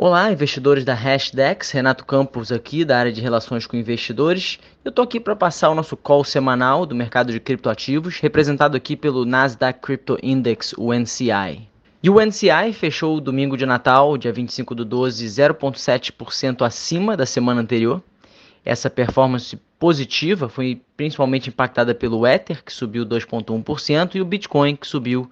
Olá, investidores da Hashdex, Renato Campos aqui da área de relações com investidores. Eu estou aqui para passar o nosso call semanal do mercado de criptoativos, representado aqui pelo Nasdaq Crypto Index, o NCI. E o NCI fechou o domingo de Natal, dia 25/12, 0,7% acima da semana anterior. Essa performance positiva foi principalmente impactada pelo Ether, que subiu 2,1%, e o Bitcoin, que subiu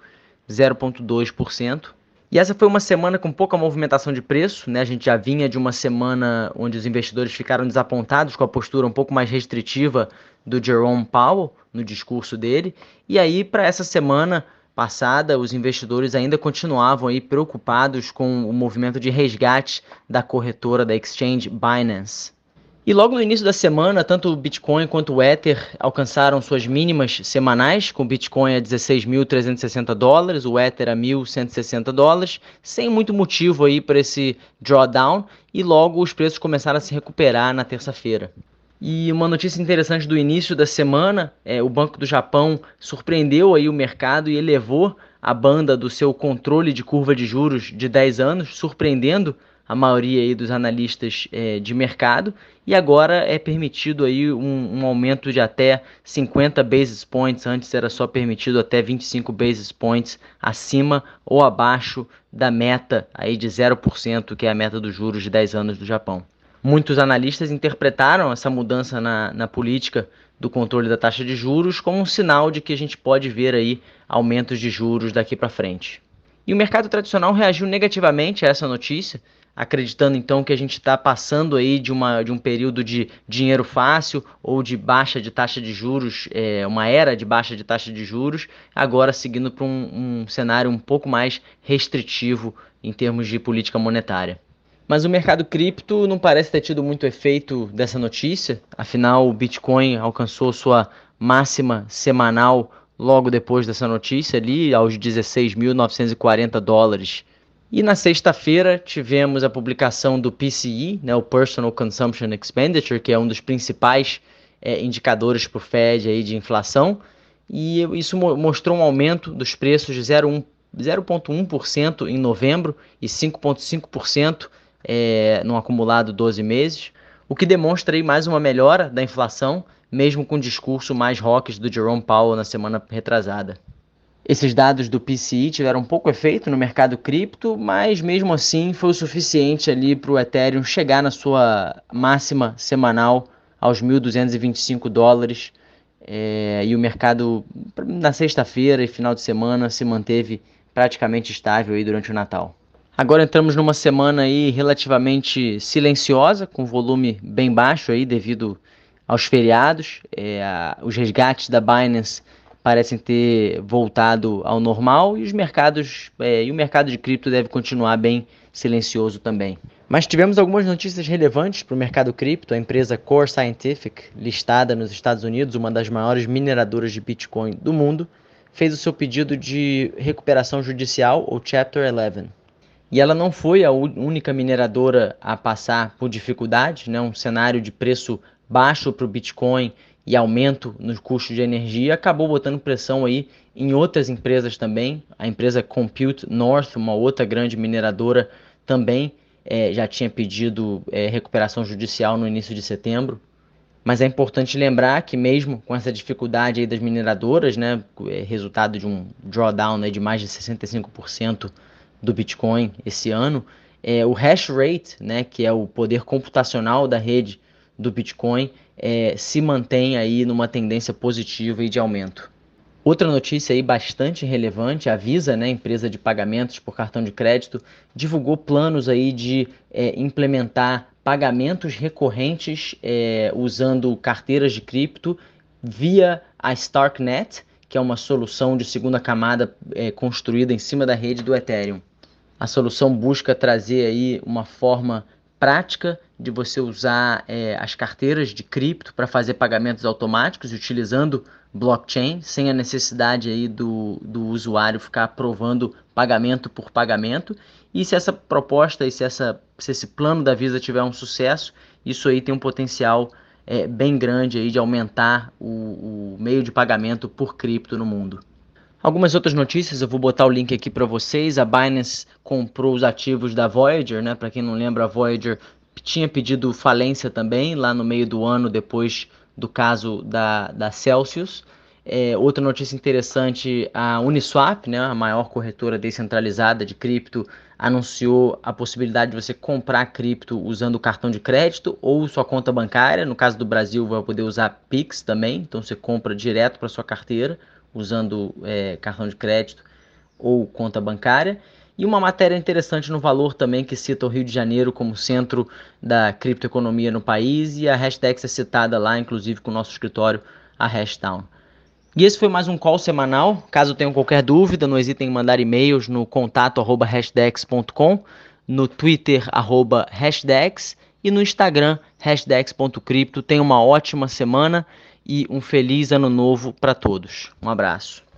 0,2%. E essa foi uma semana com pouca movimentação de preço, né? A gente já vinha de uma semana onde os investidores ficaram desapontados com a postura um pouco mais restritiva do Jerome Powell no discurso dele. E aí, para essa semana passada, os investidores ainda continuavam aí preocupados com o movimento de resgate da corretora da exchange Binance. E logo no início da semana, tanto o Bitcoin quanto o Ether alcançaram suas mínimas semanais, com o Bitcoin a $16.360, o Ether a $1.160, sem muito motivo aí para esse drawdown, e logo os preços começaram a se recuperar na terça-feira. E uma notícia interessante do início da semana, o Banco do Japão surpreendeu aí o mercado e elevou a banda do seu controle de curva de juros de 10 anos, surpreendendo a maioria aí dos analistas de mercado, e agora é permitido aí um aumento de até 50 basis points, antes era só permitido até 25 basis points acima ou abaixo da meta aí de 0%, que é a meta dos juros de 10 anos do Japão. Muitos analistas interpretaram essa mudança na política do controle da taxa de juros como um sinal de que a gente pode ver aí aumentos de juros daqui para frente. E o mercado tradicional reagiu negativamente a essa notícia, acreditando então que a gente está passando aí de um período de dinheiro fácil ou de baixa de taxa de juros, uma era de baixa de taxa de juros, agora seguindo para um cenário um pouco mais restritivo em termos de política monetária. Mas o mercado cripto não parece ter tido muito efeito dessa notícia, afinal o Bitcoin alcançou sua máxima semanal logo depois dessa notícia ali, aos $16.940. E na sexta-feira tivemos a publicação do PCE, né, o Personal Consumption Expenditure, que é um dos principais indicadores para o Fed aí de inflação, e isso mostrou um aumento dos preços de 0,1% em novembro e 5,5% no acumulado 12 meses, o que demonstra aí mais uma melhora da inflação, mesmo com o discurso mais hawkish do Jerome Powell na semana retrasada. Esses dados do PCE tiveram pouco efeito no mercado cripto, mas mesmo assim foi o suficiente ali para o Ethereum chegar na sua máxima semanal aos $1.225, e o mercado na sexta-feira e final de semana se manteve praticamente estável aí durante o Natal. Agora entramos numa semana aí relativamente silenciosa, com volume bem baixo aí devido aos feriados. Os resgates da Binance parecem ter voltado ao normal e o mercado de cripto deve continuar bem silencioso também. Mas tivemos algumas notícias relevantes para o mercado cripto. A empresa Core Scientific, listada nos Estados Unidos, uma das maiores mineradoras de Bitcoin do mundo, fez o seu pedido de recuperação judicial, ou Chapter 11. E ela não foi a única mineradora a passar por dificuldade, né? Um cenário de preço baixo para o Bitcoin e aumento no custo de energia acabou botando pressão aí em outras empresas também. A empresa Compute North, uma outra grande mineradora, também já tinha pedido recuperação judicial no início de setembro. Mas é importante lembrar que mesmo com essa dificuldade aí das mineradoras, né, resultado de um drawdown, né, de mais de 65% do Bitcoin esse ano, o hash rate, né, que é o poder computacional da rede do Bitcoin, se mantém aí numa tendência positiva e de aumento. Outra notícia aí bastante relevante, a Visa, né, empresa de pagamentos por cartão de crédito, divulgou planos aí de implementar pagamentos recorrentes usando carteiras de cripto via a Starknet, que é uma solução de segunda camada construída em cima da rede do Ethereum. A solução busca trazer aí uma forma prática de você usar as carteiras de cripto para fazer pagamentos automáticos utilizando blockchain, sem a necessidade aí do usuário ficar aprovando pagamento por pagamento. E se essa proposta e se esse plano da Visa tiver um sucesso, isso aí tem um potencial bem grande aí de aumentar o meio de pagamento por cripto no mundo. Algumas outras notícias, eu vou botar o link aqui para vocês. A Binance comprou os ativos da Voyager, né? Para quem não lembra, a Voyager tinha pedido falência também lá no meio do ano, depois do caso da Celsius. Outra notícia interessante, a Uniswap, né, a maior corretora descentralizada de cripto, anunciou a possibilidade de você comprar cripto usando o cartão de crédito ou sua conta bancária. No caso do Brasil, vai poder usar Pix também, então você compra direto para sua carteira usando cartão de crédito ou conta bancária. E uma matéria interessante no Valor também, que cita o Rio de Janeiro como centro da criptoeconomia no país, e a Hashdex é citada lá, inclusive com o nosso escritório, a Hashtown. E esse foi mais um call semanal. Caso tenham qualquer dúvida, não hesitem em mandar e-mails no contato@hashdex.com, no Twitter @hashdex e no Instagram hashdex.crypto. Tenham uma ótima semana e um feliz ano novo para todos. Um abraço.